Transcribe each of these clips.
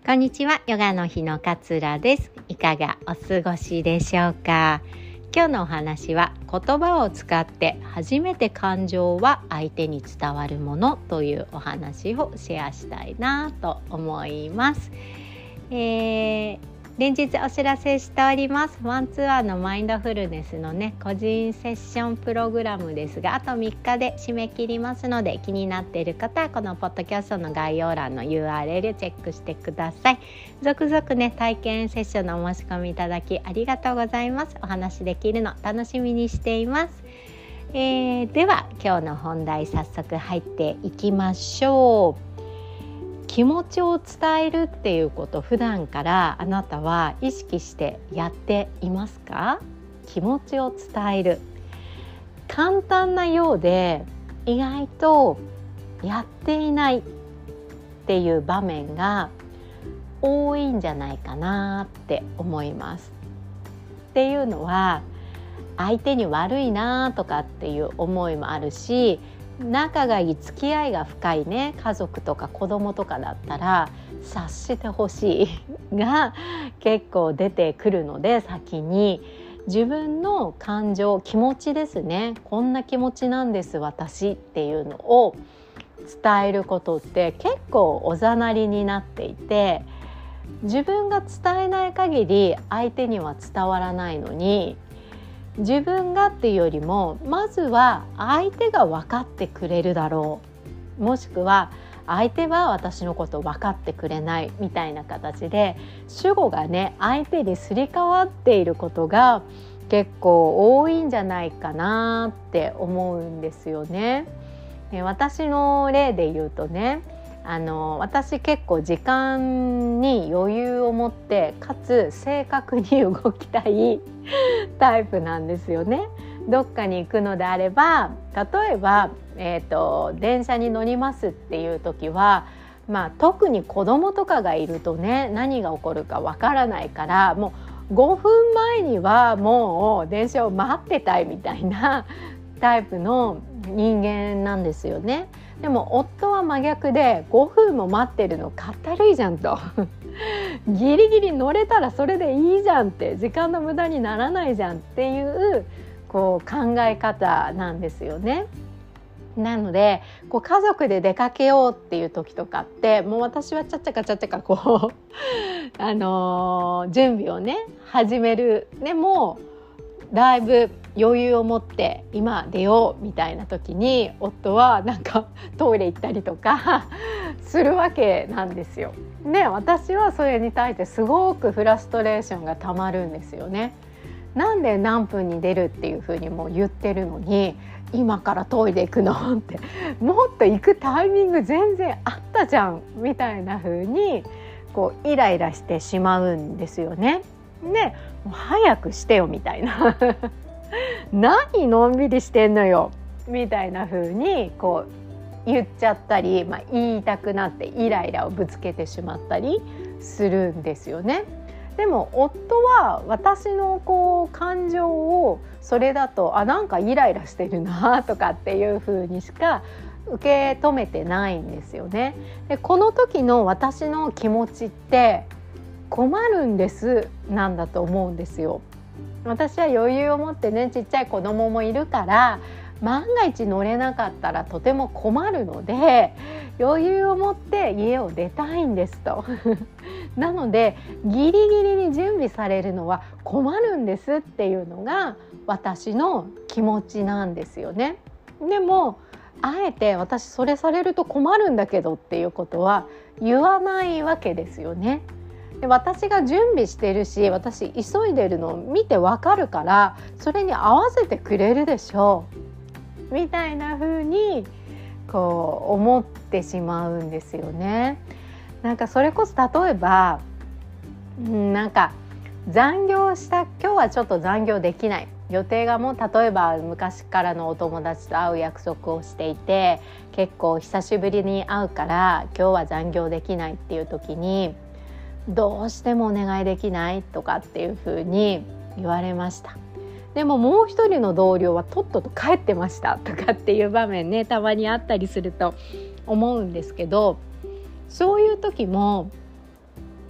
こんにちは、ヨガの日の桂です。いかがお過ごしでしょうか。今日のお話は、言葉を使って初めて感情は相手に伝わるものというお話をシェアしたいなと思います。連日お知らせしておりますワンツアーのマインドフルネスの個人セッションプログラムですが、あと3日で締め切りますので、気になっている方はこのポッドキャストの概要欄の URL チェックしてください。続々体験セッションのお申し込みいただきありがとうございます。お話できるの楽しみにしています。では今日の本題、早速入っていきましょう。気持ちを伝えるっていうこと、普段からあなたは意識してやっていますか？気持ちを伝える、簡単なようで意外とやっていないっていう場面が多いんじゃないかなって思います。っていうのは、相手に悪いなとかっていう思いもあるし、仲がいい、付き合いが深い家族とか子供とかだったら察してほしいが結構出てくるので、先に自分の感情、気持ちですね、こんな気持ちなんです私っていうのを伝えることって結構おざなりになっていて、自分が伝えない限り相手には伝わらないのに、自分がっていうよりも、まずは相手が分かってくれるだろう、もしくは相手は私のこと分かってくれないみたいな形で主語が相手にすり替わっていることが結構多いんじゃないかなって思うんですよね。私の例で言うと私結構時間に余裕を持って、かつ正確に動きたいタイプなんですよね。どっかに行くのであれば、例えば、電車に乗りますっていう時は、特に子供とかがいると何が起こるかわからないから、もう5分前にはもう電車を待ってたいみたいなタイプの人間なんですよね。でも夫は真逆で、5分も待ってるのかったるいじゃんとギリギリ乗れたらそれでいいじゃんって、時間の無駄にならないじゃんっていう考え方なんですよね。なので家族で出かけようっていう時とかって、もう私はちゃっちゃか準備を始める。でもだいぶ余裕を持って今出ようみたいな時に、夫はトイレ行ったりとかするわけなんですよ。で、私はそれに対してすごくフラストレーションがたまるんですよね。なんで何分に出るっていう風にも言ってるのに、今からトイレ行くのってもっと行くタイミング全然あったじゃんみたいな風にイライラしてしまうんですよね。で、もう早くしてよみたいな何のんびりしてんのよみたいな風に言っちゃったり、言いたくなってイライラをぶつけてしまったりするんですよね。でも夫は私の感情をそれだとなんかイライラしてるなとかっていう風にしか受け止めてないんですよね。で、この時の私の気持ちって困るんですなんだと思うんですよ。私は余裕を持ってちっちゃい子供もいるから、万が一乗れなかったらとても困るので、余裕を持って家を出たいんですとなのでギリギリに準備されるのは困るんですっていうのが私の気持ちなんですよね。でもあえて私それされると困るんだけどっていうことは言わないわけですよね。で、私が準備してるし、私急いでるのを見てわかるから、それに合わせてくれるでしょうみたいな風に思ってしまうんですよね。それこそ例えば残業した、今日はちょっと残業できない、予定がもう例えば昔からのお友達と会う約束をしていて、結構久しぶりに会うから今日は残業できないっていう時に、どうしてもお願いできないとかっていう風に言われました。でももう一人の同僚はとっとと帰ってましたとかっていう場面たまにあったりすると思うんですけど、そういう時も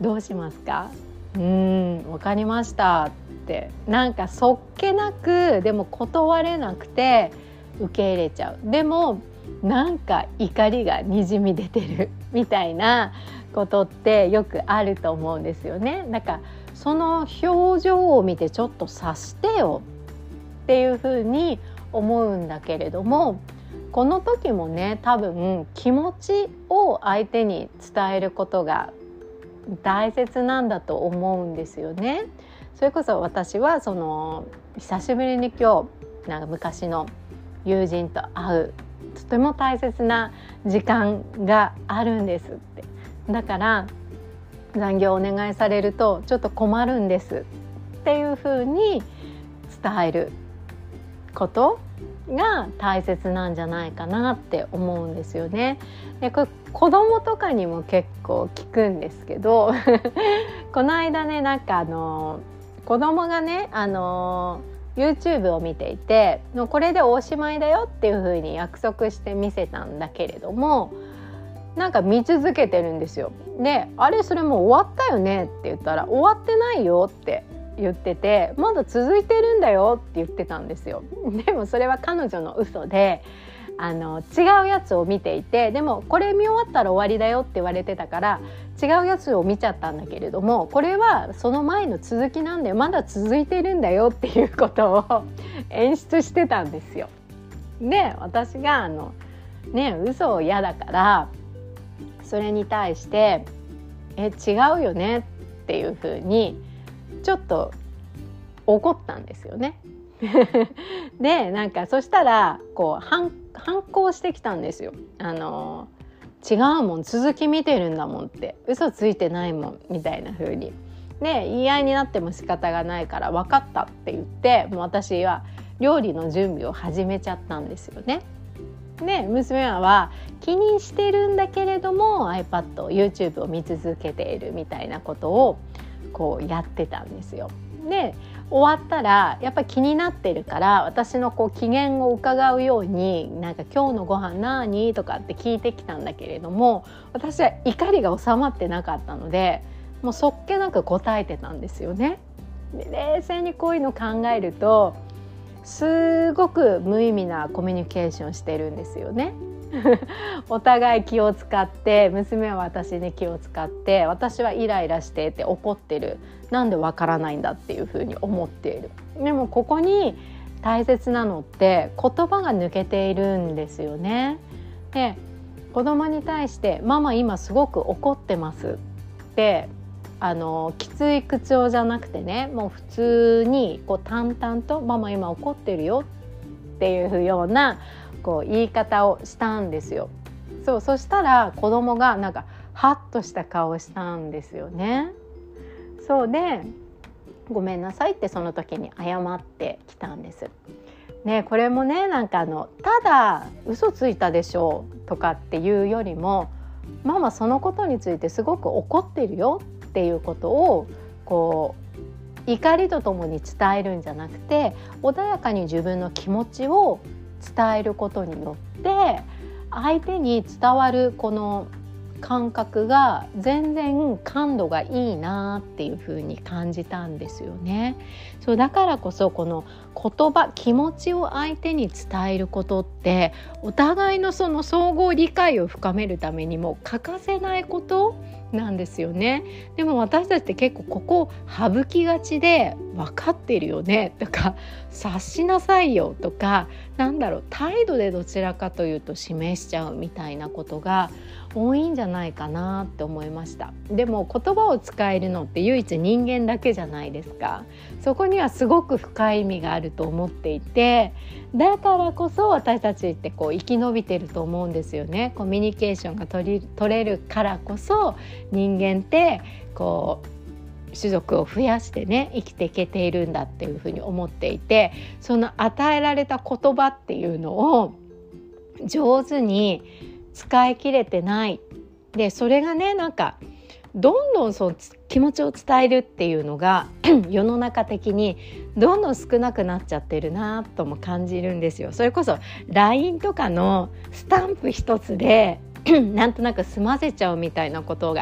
どうしますか？わかりましたってなんかそっけなくでも断れなくて受け入れちゃう。でもなんか怒りがにじみ出てるみたいなことってよくあると思うんですよね。だからその表情を見てちょっと察してよっていうふうに思うんだけれども、この時もね多分気持ちを相手に伝えることが大切なんだと思うんですよね。それこそ私は久しぶりに今日なんか昔の友人と会うとても大切な時間があるんですって。だから残業お願いされるとちょっと困るんですっていう風に伝えることが大切なんじゃないかなって思うんですよね。でこれ子供とかにも結構聞くんですけどこの間ねなんか子供がねYouTube を見ていてこれでおしまいだよっていう風に約束して見せたんだけれども、なんか見続けてるんですよ。であれそれもう終わったよねって言ったら終わってないよって言ってて、まだ続いてるんだよって言ってたんですよ。でもそれは彼女の嘘で違うやつを見ていて、でもこれ見終わったら終わりだよって言われてたから違うやつを見ちゃったんだけれども、これはその前の続きなんでまだ続いてるんだよっていうことを演出してたんですよ。で私が嘘を嫌だからそれに対して違うよねっていうふうにちょっと怒ったんですよね。でなんかそしたらこう反抗してきたんですよ。違うもん、続き見てるんだもんって、嘘ついてないもんみたいな風にで言い合いになっても仕方がないから分かったって言って、もう私は料理の準備を始めちゃったんですよね。で娘は気にしてるんだけれども iPad、YouTube を見続けているみたいなことをこうやってたんですよ。で終わったらやっぱり気になってるから私のこう機嫌を伺うようになんか今日のご飯何とかって聞いてきたんだけれども、私は怒りが収まってなかったのでもうそっけなく答えてたんですよね。で冷静にこういうの考えるとすごく無意味なコミュニケーションしてるんですよね。お互い気を使って、娘は私に気を使って、私はイライラしてって怒ってる、なんでわからないんだっていうふうに思っている。でもここに大切なのって言葉が抜けているんですよね。で子供に対してママ今すごく怒ってますってきつい口調じゃなくてね、もう普通にこう淡々とママ今怒ってるよっていうようなこう言い方をしたんですよ。そしたら子供がなんかハッとした顔をしたんですよね。そうでごめんなさいってその時に謝ってきたんです。ね、これもねなんかただ嘘ついたでしょとかっていうよりも、ママそのことについてすごく怒ってるよっていうことをこう怒りとともに伝えるんじゃなくて、穏やかに自分の気持ちを伝えることによって相手に伝わるこの感覚が全然感度がいいなっていう風に感じたんですよね。そうだからこそこの言葉、気持ちを相手に伝えることってお互いのその相互理解を深めるためにも欠かせないことなんですよね。でも私たちって結構ここを省きがちで、分かってるよねとか察しなさいよとか、態度でどちらかというと示しちゃうみたいなことが多いんじゃないかなって思いました。でも言葉を使えるのって唯一人間だけじゃないですか。そこにはすごく深い意味があると思っていて、だからこそ私たちってこう生き延びてると思うんですよね。コミュニケーションが取れるからこそ人間ってこう種族を増やしてね生きていけているんだっていうふうに思っていて、その与えられた言葉っていうのを上手に使い切れてない。でそれがねどんどんそう気持ちを伝えるっていうのが世の中的にどんどん少なくなっちゃってるなとも感じるんですよ。それこそ LINE とかのスタンプ一つでなんとなく済ませちゃうみたいなことが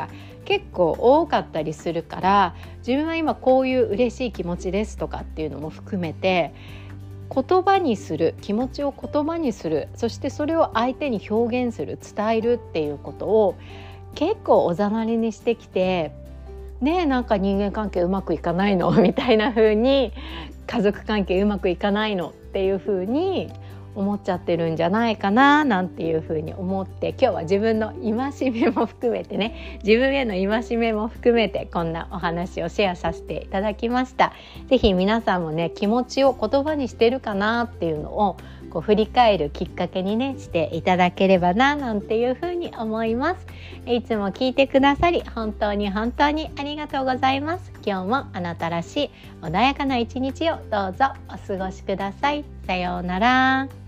結構多かったりするから、自分は今こういう嬉しい気持ちですとかっていうのも含めて言葉にする、気持ちを言葉にする、そしてそれを相手に表現する、伝えるっていうことを結構おざなりにしてきて、ねえ、なんか人間関係うまくいかないのみたいな風に、家族関係うまくいかないのっていう風に思っちゃってるんじゃないかななんていう風に思って、今日は自分の戒めも含めてね、自分への戒めも含めてこんなお話をシェアさせていただきました。ぜひ皆さんもね、気持ちを言葉にしてるかなっていうのをこう振り返るきっかけにねしていただければななんていう風に思います。いつも聞いてくださり本当に本当にありがとうございます。今日もあなたらしい穏やかな一日をどうぞお過ごしください。さようなら。